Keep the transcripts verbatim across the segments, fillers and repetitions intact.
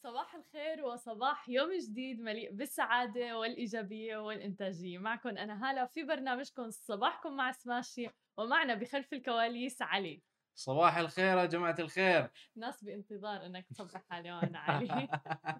صباح الخير وصباح يوم جديد مليء بالسعادة والإيجابية والإنتاجية. معكم أنا هالة في برنامجكم صباحكم مع سماشي، ومعنا بخلف الكواليس علي. صباح الخير يا جماعة الخير. ناس بانتظار إنك تصبح عليهم علي.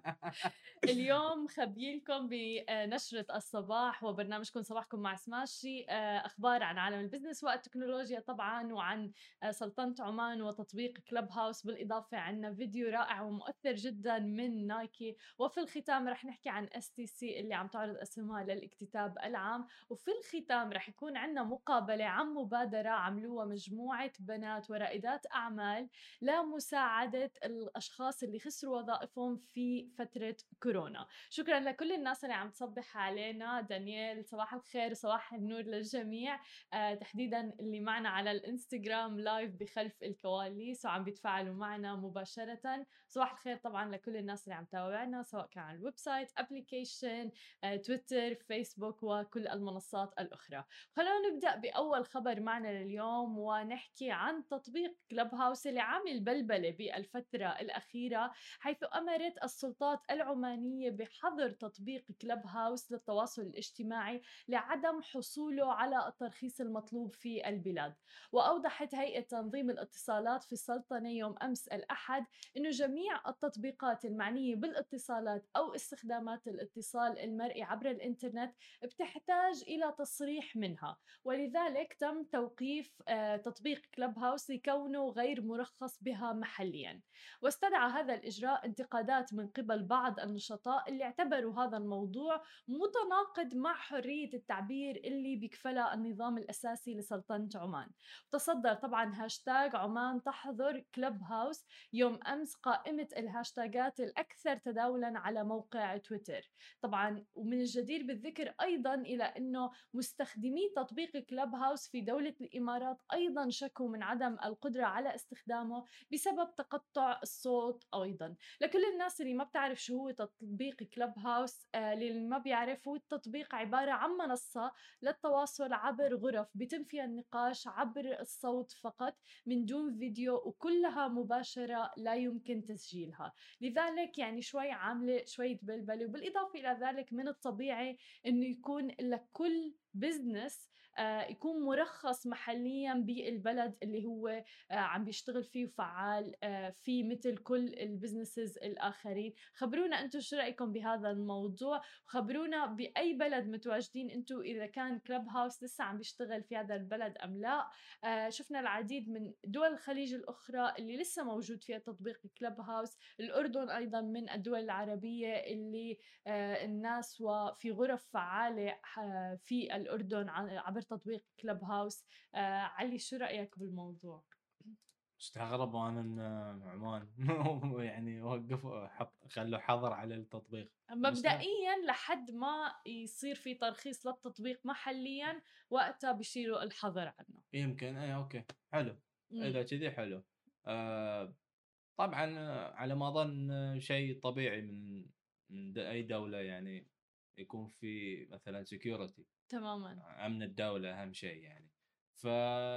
اليوم خبيلكم بنشرة الصباح وبرنامجكم صباحكم مع سماشي آه، أخبار عن عالم البزنس والتكنولوجيا طبعا، وعن آه، سلطنة عمان وتطبيق كلب هاوس. بالإضافة عنا فيديو رائع ومؤثر جدا من نايكي، وفي الختام رح نحكي عن اس تي سي اللي عم تعرض أسهمها للاكتتاب العام. وفي الختام رح يكون عنا مقابلة عن مبادرة عملوها مجموعة بنات ورائدات أعمال لمساعدة الأشخاص اللي خسروا وظائفهم في فترة كورونا. شكرا لكل الناس اللي عم تصبح علينا. دانيال صباح الخير، صباح النور للجميع. آه تحديدا اللي معنا على الانستغرام لايف بخلف الكواليس وعم بيتفاعلوا معنا مباشرة. صباح الخير طبعا لكل الناس اللي عم تتابعنا سواء كان على الويب سايت، ابلكيشن، آه تويتر، فيسبوك وكل المنصات الأخرى. خلونا نبدأ بأول خبر معنا لليوم ونحكي عن تطبيق كلب هاوس اللي عامل بلبلة بالفترة الأخيرة، حيث أمرت السلطات العمانية بحظر تطبيق كلب هاوس للتواصل الاجتماعي لعدم حصوله على الترخيص المطلوب في البلاد. وأوضحت هيئة تنظيم الاتصالات في السلطنة يوم أمس الأحد أنه جميع التطبيقات المعنية بالاتصالات أو استخدامات الاتصال المرئي عبر الإنترنت بتحتاج إلى تصريح منها، ولذلك تم توقيف آه، تطبيق كلب هاوس لكونه غير مرخص بها محليا. واستدعى هذا الإجراء انتقادات من قبل بعض النشطاء اللي اعتبروا هذا الموضوع متناقض مع حرية التعبير اللي بيكفلها النظام الأساسي لسلطنة عمان. تصدر طبعا هاشتاج عمان تحظر كلب هاوس يوم أمس قائمة الهاشتاجات الأكثر تداولا على موقع تويتر. طبعا ومن الجدير بالذكر أيضا إلى أنه مستخدمي تطبيق كلب هاوس في دولة الإمارات أيضا شكوا من عدم القدرة على استخدامه بسبب تقطع الصوت. أيضا لكل الناس اللي ما بتعرف شو هو تطبيق كلب هاوس، آه اللي ما بيعرف، هو التطبيق عبارة عن منصة للتواصل عبر غرف بيتم فيها النقاش عبر الصوت فقط من دون فيديو، وكلها مباشرة لا يمكن تسجيلها. لذلك يعني شوي عاملة شوية بلبلة. وبالإضافة إلى ذلك من الطبيعي إنه يكون لكل بزنس آه يكون مرخص محليا بالبلد اللي هو آه عم بيشتغل فيه وفعال آه في مثل كل البزنسز الآخرين. خبرونا أنتم شو رأيكم بهذا الموضوع، خبرونا بأي بلد متواجدين أنتم، إذا كان كلب هاوس لسه عم بيشتغل في هذا البلد أم لا. آه شفنا العديد من دول الخليج الأخرى اللي لسه موجود فيها تطبيق كلب هاوس. الأردن أيضا من الدول العربية اللي آه الناس وفي غرف فعالة آه في الأردن عبر تطبيق كلب هاوس. آه علي شو رأيك بالموضوع؟ استغرب انا ان عمان يعني وقفوا حط خلوا حظر على التطبيق. مستغرب. مبدئيا لحد ما يصير في ترخيص للتطبيق محليا، وقتها بيشيلوا الحظر عنه. يمكن اي اوكي حلو. مم. اذا كذي حلو. آه طبعا آه، على ما اظن آه، شيء طبيعي من من د- اي دولة يعني يكون في مثلا سكيورتي، تماما. امن الدولة اهم شيء يعني. ف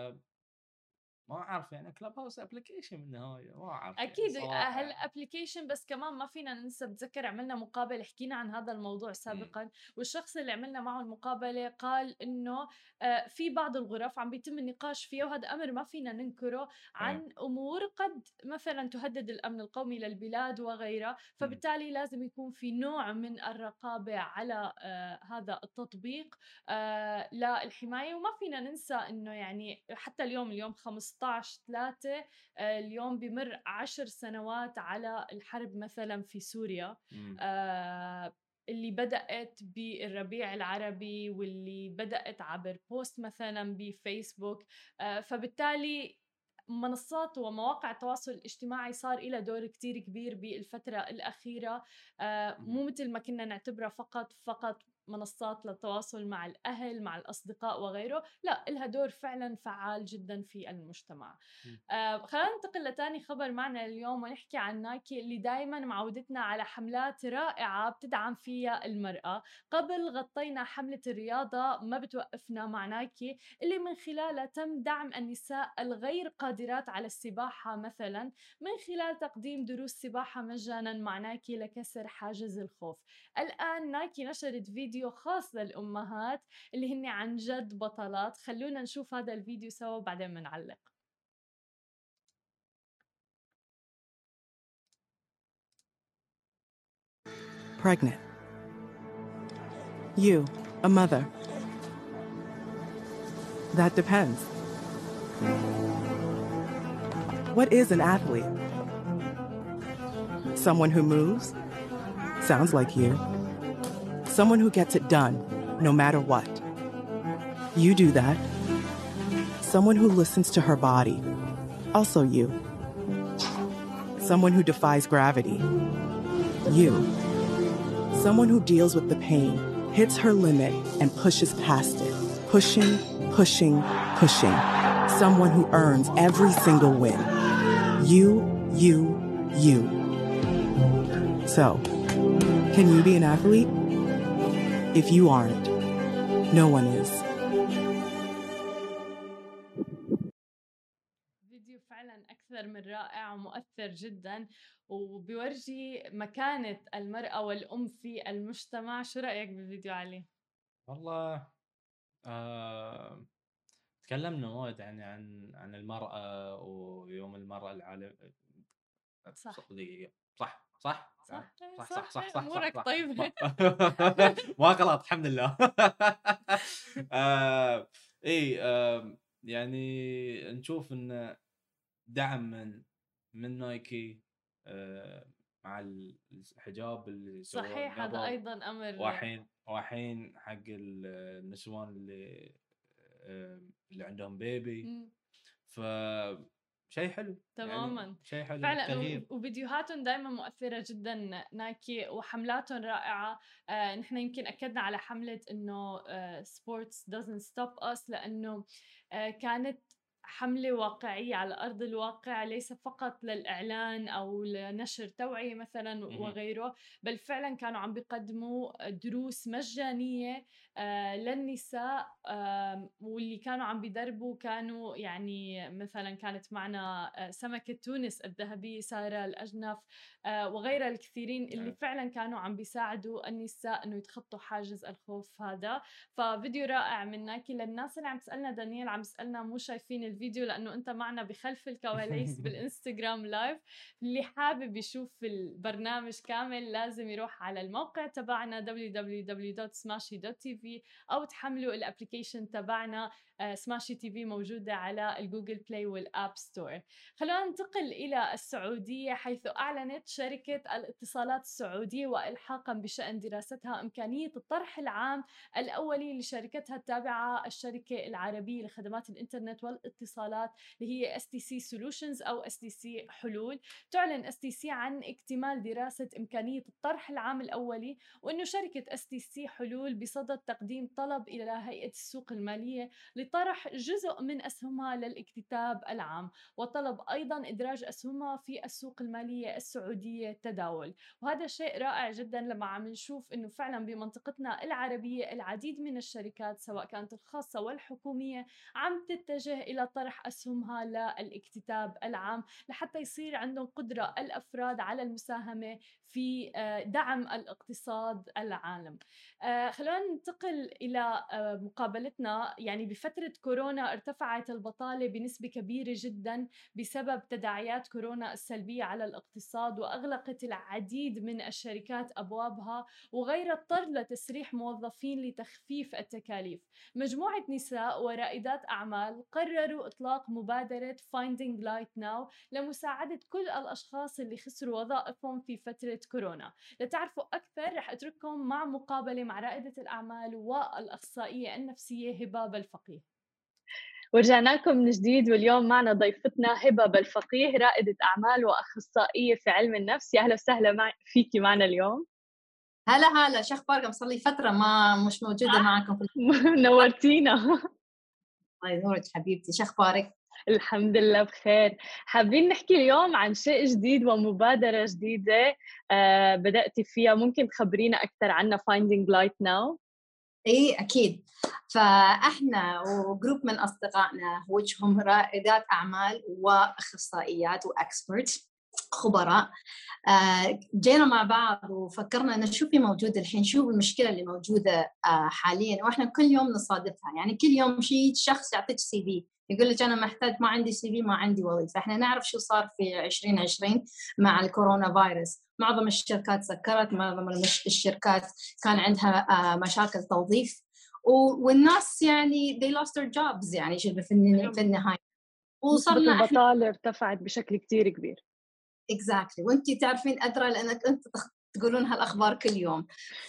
ما اعرف يعني كلاب هاوس ابلكيشن بالنهاية، ما اعرف يعني اكيد صراحة. هلا ابلكيشن، بس كمان ما فينا ننسى، بتذكر عملنا مقابله حكينا عن هذا الموضوع مم. سابقا، والشخص اللي عملنا معه المقابله قال انه آه، في بعض الغرف عم بيتم النقاش فيها، وهذا امر ما فينا ننكره، ايه. عن امور قد مثلا تهدد الامن القومي للبلاد وغيرها. مم. فبالتالي لازم يكون في نوع من الرقابه على آه، هذا التطبيق آه، للحمايه. وما فينا ننسى انه يعني حتى اليوم اليوم خمسطعش ثلاثة، آه، اليوم بمر عشر سنوات على الحرب مثلا في سوريا، مم. آه، اللي بدأت بالربيع العربي واللي بدأت عبر بوست مثلا بفيسبوك. آه، فبالتالي منصات ومواقع التواصل الاجتماعي صار لها دور كتير كبير بالفترة الأخيرة. آه، مم. مو مثل ما كنا نعتبرها فقط فقط منصات للتواصل مع الأهل مع الأصدقاء وغيره، لا إلها دور فعلا فعال جدا في المجتمع. م. آه خلينا ننتقل لتاني خبر معنا اليوم ونحكي عن نايكي اللي دايما معودتنا على حملات رائعة بتدعم فيها المرأة. قبل غطينا حملة الرياضة ما بتوقفنا مع نايكي اللي من خلالها تم دعم النساء الغير قادرات على السباحة مثلا من خلال تقديم دروس سباحة مجانا مع نايكي لكسر حاجز الخوف. الآن نايكي نشرت فيديو خاص للأمهات اللي هن عن جد بطلات. خلونا نشوف هذا الفيديو سوا بعدين بنعلق. Pregnant. You, a mother. That depends. What is an athlete? Someone who moves? Sounds like you. Someone who gets it done, no matter what. You do that. Someone who listens to her body. Also you. Someone who defies gravity. You. Someone who deals with the pain, hits her limit, and pushes past it. Pushing, pushing, pushing. Someone who earns every single win. You, you, you. So, can you be an athlete? If you aren't, no one is. فيديو فعلا أكثر من رائع ومؤثر جدا وبيورجي مكانة المرأة والأم في المجتمع. شو رأيك بالفيديو علي؟ والله آه... تكلمنا وايد يعني عن عن المرأة ويوم المرأة العالمي. صح دقيقة. صح صح صح صح صح صح, صح صح أمورك صح طيبة. ما ما غلط الحمد لله. آه... اي آه... يعني نشوف ان دعم من من نايكي آه... مع الحجاب اللي سووه صحيح هذا قبل، أيضا أمر وحين وحين حق النسوان اللي آه، اللي عندهم بيبي. مم. ف شيء حلو تماما يعني شيء حلو فعلا تغيير. وفيديوهاتهم دائما مؤثرة جدا نايكي وحملاتهم رائعة. آه، نحن يمكن أكدنا على حملة إنه آه, sports doesn't stop us لأنه آه, كانت حملة واقعية على أرض الواقع ليس فقط للإعلان أو لنشر توعية مثلا وغيره، بل فعلا كانوا عم بيقدموا دروس مجانية آه للنساء آه واللي كانوا عم بيدربوا كانوا يعني مثلا كانت معنا آه سمكة تونس الذهبية سارة الأجنف آه وغيرها الكثيرين اللي فعلا كانوا عم بيساعدوا النساء انه يتخطوا حاجز الخوف هذا. ففيديو رائع من نايكي. للناس اللي عم تسألنا دانيال عم تسألنا مو شايفين الفيديو لأنه أنت معنا بخلف الكواليس بالإنستغرام لايف. اللي حابب يشوف البرنامج كامل لازم يروح على الموقع تبعنا دبليو دبليو دبليو دوت سماشي دوت تي في أو تحملوا الابليكيشن تبعنا سماشي تي في موجودة على الجوجل بلاي والآب ستور. خلونا ننتقل إلى السعودية حيث أعلنت شركة الاتصالات السعودية وإلحاقا بشأن دراستها إمكانية الطرح العام الأولي لشركتها التابعة الشركة العربية لخدمات الإنترنت والاتصالات اللي هي إس تي سي Solutions أو إس تي سي حلول. تعلن إس تي سي عن اكتمال دراسة إمكانية الطرح العام الأولي وأنه شركة إس تي سي حلول بصدد تقديم طلب إلى هيئة السوق المالية لطرح جزء من أسهمها للاكتتاب العام وطلب أيضا إدراج أسهمها في السوق المالية السعودية تداول. وهذا شيء رائع جدا لما عم نشوف أنه فعلا بمنطقتنا العربية العديد من الشركات سواء كانت الخاصة والحكومية عم تتجه إلى طرح أسهمها للاكتتاب العام لحتى يصير عندهم قدرة الأفراد على المساهمة في دعم الاقتصاد العالم. خلونا ننتقل إلى مقابلتنا. يعني بفترة كورونا ارتفعت البطالة بنسبة كبيرة جدا بسبب تداعيات كورونا السلبية على الاقتصاد وأغلقت العديد من الشركات أبوابها وغير اضطر لتسريح موظفين لتخفيف التكاليف. مجموعة نساء ورائدات أعمال قرروا إطلاق مبادرة Finding Light Now لمساعدة كل الأشخاص اللي خسروا وظائفهم في فترة كورونا. لتعرفوا أكثر رح أترككم مع مقابلة مع رائدة الأعمال والأخصائية النفسية هبة بالفقيه. ورجعنا لكم من جديد واليوم معنا ضيفتنا هبة بالفقيه رائدة أعمال وأخصائية في علم النفس. يا أهلا وسهلا مع فيكي معنا اليوم. هلا هلا، شو اخباركم؟ صار لي فتره ما مش موجوده معكم. نورتينا. الله ينورك حبيبتي، شو اخبارك؟ الحمد لله بخير. حابين نحكي اليوم عن شيء جديد ومبادرة جديدة آه بدأتي فيها، ممكن تخبرينا أكثر عنها؟ Finding Light Now. اي اكيد. فاحنا وجروب من اصدقائنا وجههم رائدات اعمال واخصائيات واكسبرت خبراء، جينا مع بعض وفكرنا انه شو في موجود الحين، شو المشكله اللي موجوده حاليا واحنا كل يوم نصادفها. يعني كل يوم شيء شخص يعطيك سي في يقول لك انا محتاج، ما عندي سي في، ما عندي وظيفه. احنا نعرف شو صار في عشرين عشرين مع الكورونا فيروس، معظم الشركات سكرت، معظم الشركات كان عندها مشاكل توظيف، والناس يعني they lost their jobs يعني في النهايه، وصلنا البطاله ارتفعت بشكل كتير كبير. exactly. وانتي تعرفين أدرى لأنك أنت تقولون هالأخبار كل يوم.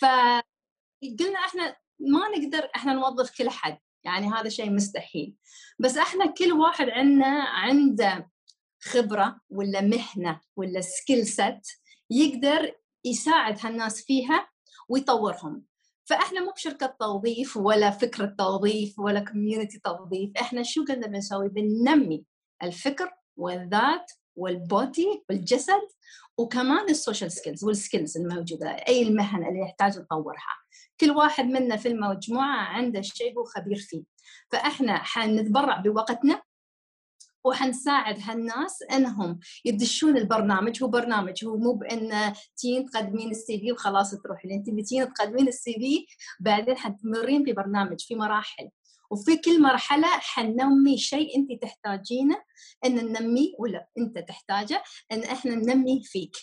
فقلنا إحنا ما نقدر إحنا نوظف كل حد، يعني هذا شيء مستحيل، بس إحنا كل واحد عندنا عنده خبرة ولا مهنة ولا سكيل سيت يقدر يساعد هالناس فيها ويطورهم. فإحنا مو بشركة توظيف ولا فكرة توظيف ولا كوميونتي توظيف. إحنا شو قلنا بنسوي؟ بننمي الفكر والذات والبودي والجسد وكمان السوشيال سكيلز والسكيلز الموجودة، أي المهن اللي يحتاج نطورها. كل واحد منا في المجموعة عنده شيء هو خبير فيه، فإحنا حنتبرع بوقتنا وحنساعد هالناس انهم يدشون البرنامج. هو برنامج، هو مو بان تين تقدمين السي في وخلاص تروحي، انت بتين تقدمين السي في بعدين حتمرين في برنامج في مراحل، وفي كل مرحله حننمي شيء انت تحتاجينه ان ننمي ولا انت تحتاجه ان احنا ننمي فيك.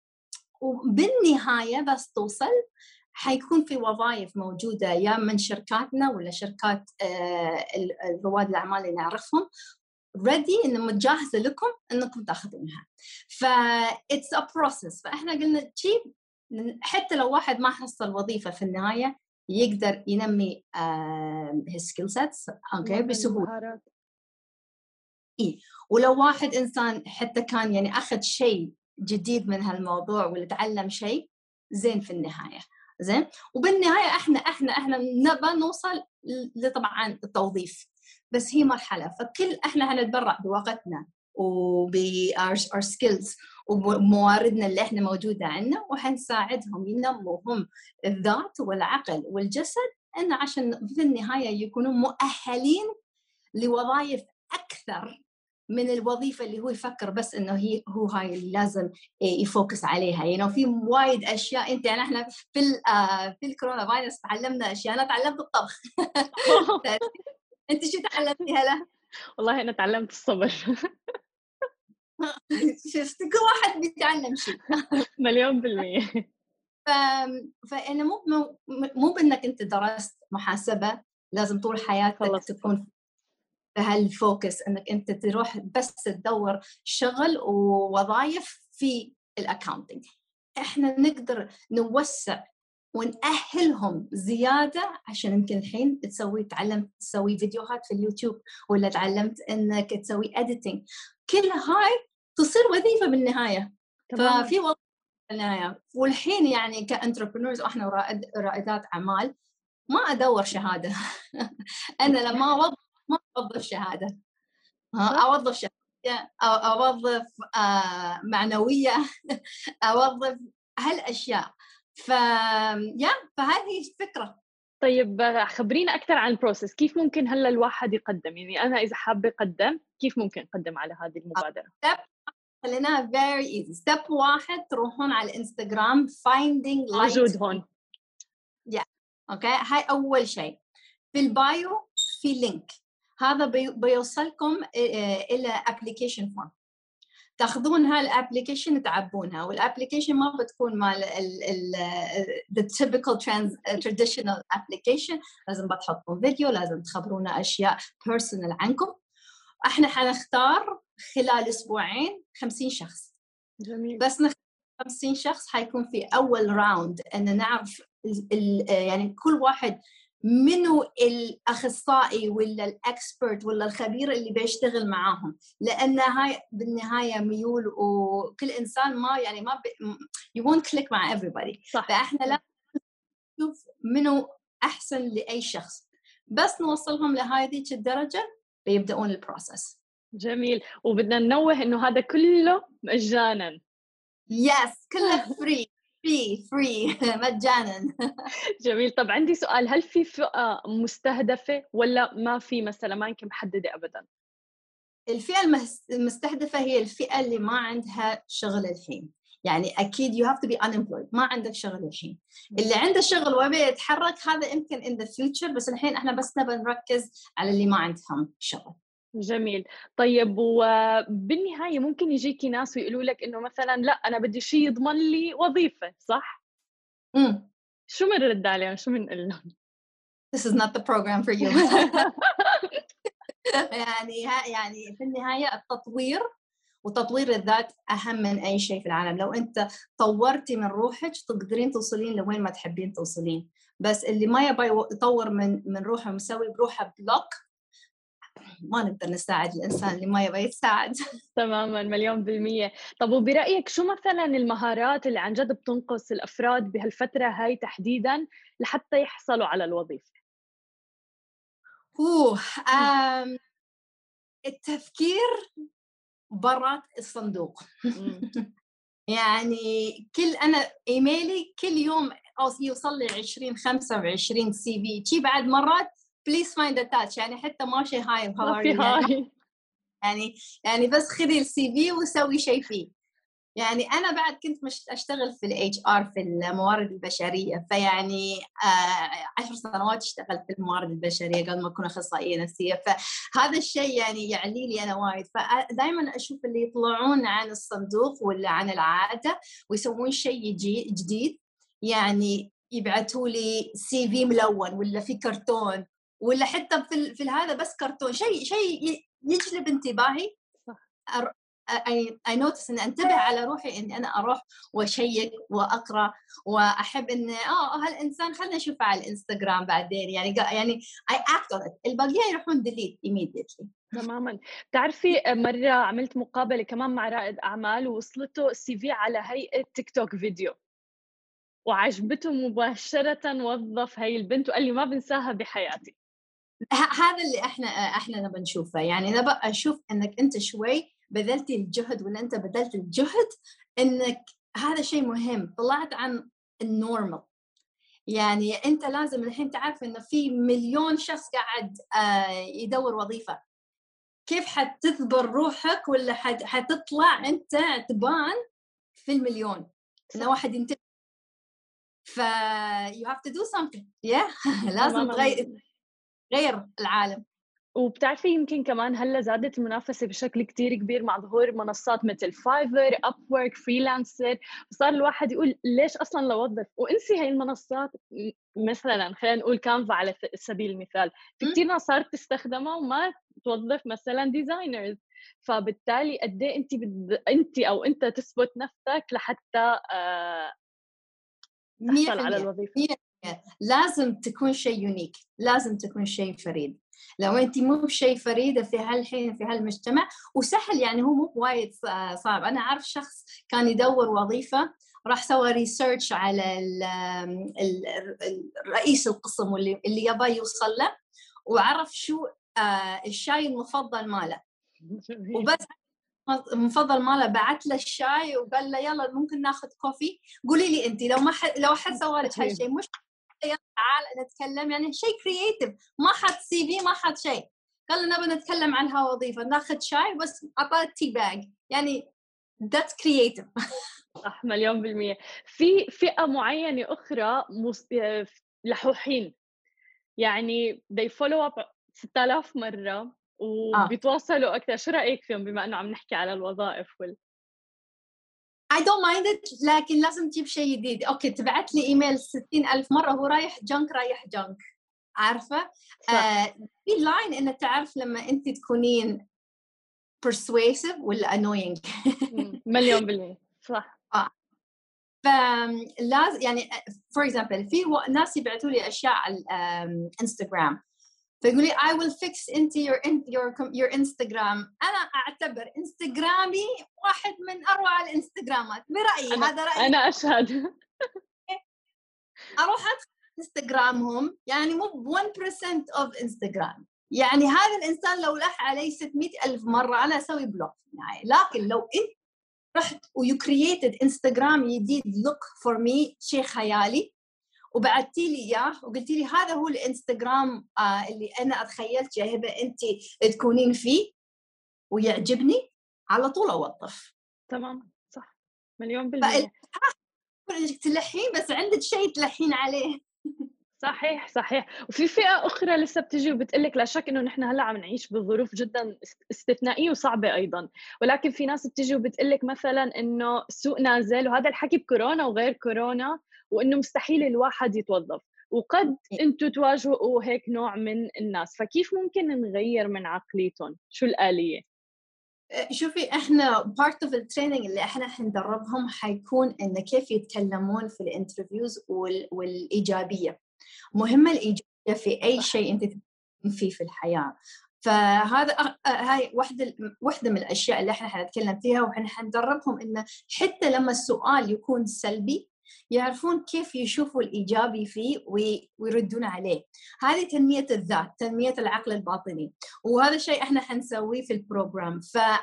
وبالنهايه بس توصل حيكون في وظائف موجوده يا من شركاتنا ولا شركات رواد الاعمال اللي نعرفهم ready إنه متجهزة لكم إنكم تأخذونها. فا it's a process. فإحنا قلنا شيء حتى لو واحد ما حصل وظيفة في النهاية يقدر ينمي uh, his skill sets okay بسهولة. إيه. ولو واحد إنسان حتى كان يعني أخذ شيء جديد من هالموضوع ولا تعلم شيء زين في النهاية زين. وبالنهاية إحنا إحنا إحنا نبى نوصل لطبعاً التوظيف، بس هي مرحلة. فكل إحنا هنتبرع بوقتنا وب our, our skills ومواردنا اللي إحنا موجودة عندنا، وحنساعدهم ينموا هم الذات والعقل والجسد إن عشان في النهاية يكونوا مؤهلين لوظائف أكثر من الوظيفة اللي هو يفكر بس إنه هي هو هاي اللي لازم يفوكس عليها. يعني في وايد أشياء أنت يعني إحنا في ال في الكورونا فايروس تعلمنا أشياء. أنا تعلمت الطبخ. أنت شو تعلمتي هلا؟ والله أنا تعلمت الصبر. شفت كل واحد بيتعلم شيء. مليون بالمية. ف... فأنا مو مو بأنك أنت درست محاسبة لازم طول حياتك تكون في هالفوكس انك انت تروح بس تدور شغل ووظائف في الاكاونتنج. احنا نقدر نوسع ونأهلهم زيادة عشان يمكن الحين تسوي تعلمت تسوي فيديوهات في اليوتيوب ولا تعلمت انك تسوي اديتنج، كل هاي تصير وظيفة بالنهاية. تمام. ففي وظيفة بالنهاية. والحين يعني كانتربرنورز واحنا رائد رائدات اعمال ما ادور شهادة. انا لما اوظف ما اوظف شهادة، اوظف شهادة اوظف آه معنوية، اوظف هالاشياء. ف يا فهذه الفكرة. طيب خبرينا اكثر عن البروسيس، كيف ممكن هلا الواحد يقدم؟ يعني انا اذا حابه اقدم كيف ممكن اقدم على هذه المبادرة؟ خليناها very easy. step واحد تروحون على الانستغرام finding light. موجود هون. يا اوكي هاي اول شيء. في البايو في لينك، هذا بي بيوصلكم الى ابلكيشن فورم تاخذون هالابلكيشن تعبونها. والابلكيشن ما بتكون مال the typical trans traditional application، لازم بتحطون فيديو، لازم تخبرونا اشياء personal عنكم. احنا حنختار خلال اسبوعين خمسين شخص. جميل. بس نختار خمسين شخص حيكون في اول راوند ان نعرف يعني كل واحد منو الاخصائي ولا الاكسبرت ولا الخبير اللي بيشتغل معاهم، لان هاي بالنهايه ميول وكل انسان ما يعني ما ب... you won't click مع everybody. صح. فاحنا لازم نشوف منو احسن لاي شخص، بس نوصلهم لهذه الدرجه بيبدأون البروسس. جميل. وبدنا ننوه انه هذا كله مجانا. يس كله فري فري فري مجانا. جميل. طب عندي سؤال، هل في فئة مستهدفة ولا ما في مثلا ما يمكن محددة ابدا؟ الفئة المستهدفة هي الفئة اللي ما عندها شغل الحين، يعني أكيد you have to be unemployed، ما عندك شغل الحين. اللي عنده شغل ويبي يتحرك هذا يمكن in the future، بس الحين إحنا بس نبى نركز على اللي ما عندهم شغل. جميل. طيب وبالنهاية ممكن يجيكي ناس ويقولوا لك إنه مثلا لا أنا بدي شيء يضمن لي وظيفة، صح؟ امم شو بنرد عليهم؟ شو بنقول لهم؟ This is not the program for you. يعني يعني في النهاية التطوير وتطوير الذات أهم من أي شيء في العالم. لو أنت طورتي من روحك تقدرين توصلين لوين ما تحبين توصلين، بس اللي ما يبغى يطور من من روحه ومسوي بروحه بلوك ما نقدر نساعد الإنسان اللي ما يبغى يتساعد. تماماً مليون بالمية. طب وبرأيك شو مثلاً المهارات اللي عن جد بتنقص الأفراد بهالفترة هاي تحديداً لحتى يحصلوا على الوظيفة؟ أوه أم التفكير برا الصندوق. يعني كل أنا إيميلي كل يوم يوصل لي عشرين خمسة وعشرين سي في، شي بعد مرات please find attach، يعني حتى ما شيء هاي ما في هاي يعني يعني بس خذي السي في وسوي شيء فيه. يعني أنا بعد كنت مش أشتغل في الاتش ار في الموارد البشرية، فيعني آه عشر سنوات اشتغلت في الموارد البشرية قبل ما أكون أخصائية نفسية، فهذا الشيء يعني يعني لي أنا وايد. فدائما أشوف اللي يطلعون عن الصندوق ولا عن العادة ويسوون شيء جديد، يعني يبعثوا لي سي في ملون ولا في كرتون ولا حتى في في هذا بس كرتون، شيء شيء يجلب انتباهي. I I notice إن أنتبه على روحي إني أنا أروح وأشيك وأقرأ وأحب إن آه هالإنسان خلنا نشوفه على الإنستغرام بعدين، يعني يعني I act on it. الباقيين يروحون delete immediately. تماماً. بتعرفي مرة عملت مقابلة كمان مع رائد أعمال ووصلته السي في على هيئة تيك توك فيديو وعجبته مباشرة، وظف هاي البنت وقال لي ما بنساها بحياتي. هذا اللي احنا احنا نبى نشوفه، يعني نبى اشوف انك انت شوي بذلتي الجهد ولا انت بذلت الجهد انك هذا شيء مهم، طلعت عن النورمال. يعني انت لازم الحين تعرف انه في مليون شخص قاعد يدور وظيفة، كيف حتثبر روحك ولا حتطلع انت تبان في المليون انه واحد ينتبه. ف you have to do something. yeah لازم تغير غير العالم. وبتعرفي يمكن كمان هلا زادت المنافسة بشكل كتير كبير مع ظهور منصات مثل فايفر، أبورك، فريلانسر، صار الواحد يقول ليش أصلاً لوظف وانسي هاي المنصات. مثلاً خلينا نقول كانفا على سبيل المثال، في كتير ناس صارت تستخدمها وما توظف مثلاً ديزاينرز، فبالتالي قد ايه انت بد... انت او انت تثبت نفسك لحتى آه... تحصل على الوظيفة. مية بالمية. لازم تكون شيء يونيك، لازم تكون شيء فريد. لو انت مو بشيء فريده في هالحين في هالمجتمع وسهل، يعني هو مو وايد صعب. انا اعرف شخص كان يدور وظيفه، راح سوى ريسيرش على ال ال الرئيس القسم واللي اللي يبغى يوصل له، وعرف شو الشاي المفضل ماله، وبس المفضل ماله بعت له الشاي وقال له يلا ممكن ناخذ كوفي، قولي لي انت لو ما حد لو حد سوى لك هالشيء مش تعال نتكلم. يعني شيء كرييتيف، ما حط سي في ما حط شيء، قال لنا نبي نتكلم عنها وظيفه، ناخذ شاي بس اعطاه تي باج، يعني ذاتس كرييتيف. صح مليون بالمية. في فئة معينة أخرى مص... لحوحين، يعني they follow up ستة آلاف مرة وبيتواصلوا أكثر، شو رأيك فيهم بما أنه عم نحكي على الوظائف وال I don't mind it، لكن لازم تجيب شيء جديد. أوكي تبعت لي إيميل ستين ألف مرة هو رايح جنك رايح جنك، عارفة؟ آه في لاين إنه تعرف لما أنت تكونين persuasive ولا annoying. مليون بالمية صح. آه. فلازم يعني for example في ناس يبعثوا لي أشياء على الانستغرام فيقول لي I will fix into your your your Instagram. أنا أعتبر إنستغرامي واحد من أروع الإنستغرامات برأيي. أنا هذا رأيي، أنا أشهد. أروح أدخل انستغرامهم يعني مو ب one percent of انستغرام. يعني هذا الانسان لو لح علي ستمئة ألف مره انا اسوي بلوك يعني. لكن لو انت رحت ويو كرييتد انستغرام جديد لوك فور مي شيء خيالي وبعتي لي اياه وقلتي لي هذا هو الانستغرام آه اللي انا اتخيلت يا هبه انت تكونين فيه ويعجبني، على طول اوظف. تمام صح مليون بالمية. انك تلحين بس عندك شيء تلحين عليه. صحيح صحيح. وفي فئة أخرى لسه بتجي وبتقلك لا شك إنه نحن هلا عم نعيش بظروف جدا استثنائية وصعبة أيضا، ولكن في ناس بتجي وبتقلك مثلا إنه السوق نازل، وهذا الحكي بكورونا وغير كورونا، وإنه مستحيل الواحد يتوظف، وقد أنتوا تواجهوا هيك نوع من الناس، فكيف ممكن نغير من عقليتهم؟ شو الآلية؟ شوفي احنا part of التريننج اللي احنا حندربهم حيكون انه كيف يتكلمون في الانترفيوز وال... والايجابيه. مهمه الايجابيه في اي شيء انت فيه في الحياه. فهذا هاي واحده واحده من الاشياء اللي احنا حنتكلم فيها، واحنا حندربهم انه حتى لما السؤال يكون سلبي يعرفون كيف يشوفوا الإيجابي فيه ويردون عليه. هذه تنمية الذات، تنمية العقل الباطني، وهذا شيء احنا حنسويه في البروجرام.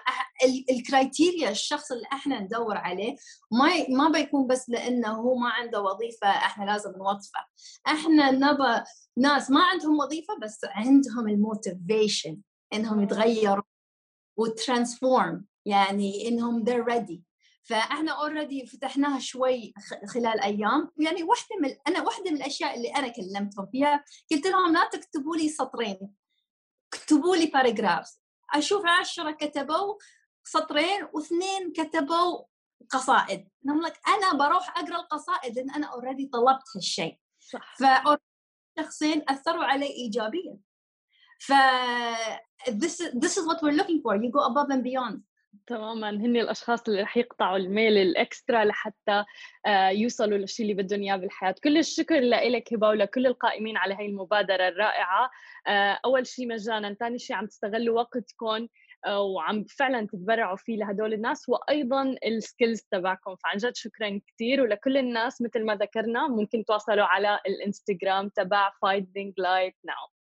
فالكرايتيريا الشخص اللي احنا ندور عليه ما ما بيكون بس لأنه هو ما عنده وظيفة احنا لازم نوظفه. احنا نبى ناس ما عندهم وظيفة بس عندهم الموتيفيشن انهم يتغيروا وترانسفورم، يعني انهم they're ready. فاحنا اوريدي فتحناها شوي خلال ايام. يعني واحده من انا واحده من الاشياء اللي انا كلمتهم فيها قلت لهم لا تكتبوا لي سطرين، اكتبوا لي باراجرافز. اشوف عشرة كتبوا سطرين واثنين كتبوا قصائد. انا لك انا بروح اقرا القصائد لان انا اوريدي طلبت هالشيء. صح. فشخصين اثروا علي ايجابيا. ف this this is what we're looking for. You go above and beyond. تماما. هن الاشخاص اللي رح يقطعوا الميل الاكسترا لحتى يوصلوا للشيء اللي بدهم اياه بالحياه. كل الشكر لك هبه ولكل القائمين على هاي المبادره الرائعه. اول شيء مجانا، ثاني شيء عم تستغلوا وقتكم وعم فعلا تتبرعوا فيه لهدول الناس، وايضا السكيلز تبعكم. فعن جد شكرا كثير. ولكل الناس مثل ما ذكرنا ممكن تواصلوا على الانستغرام تبع Finding Light Now.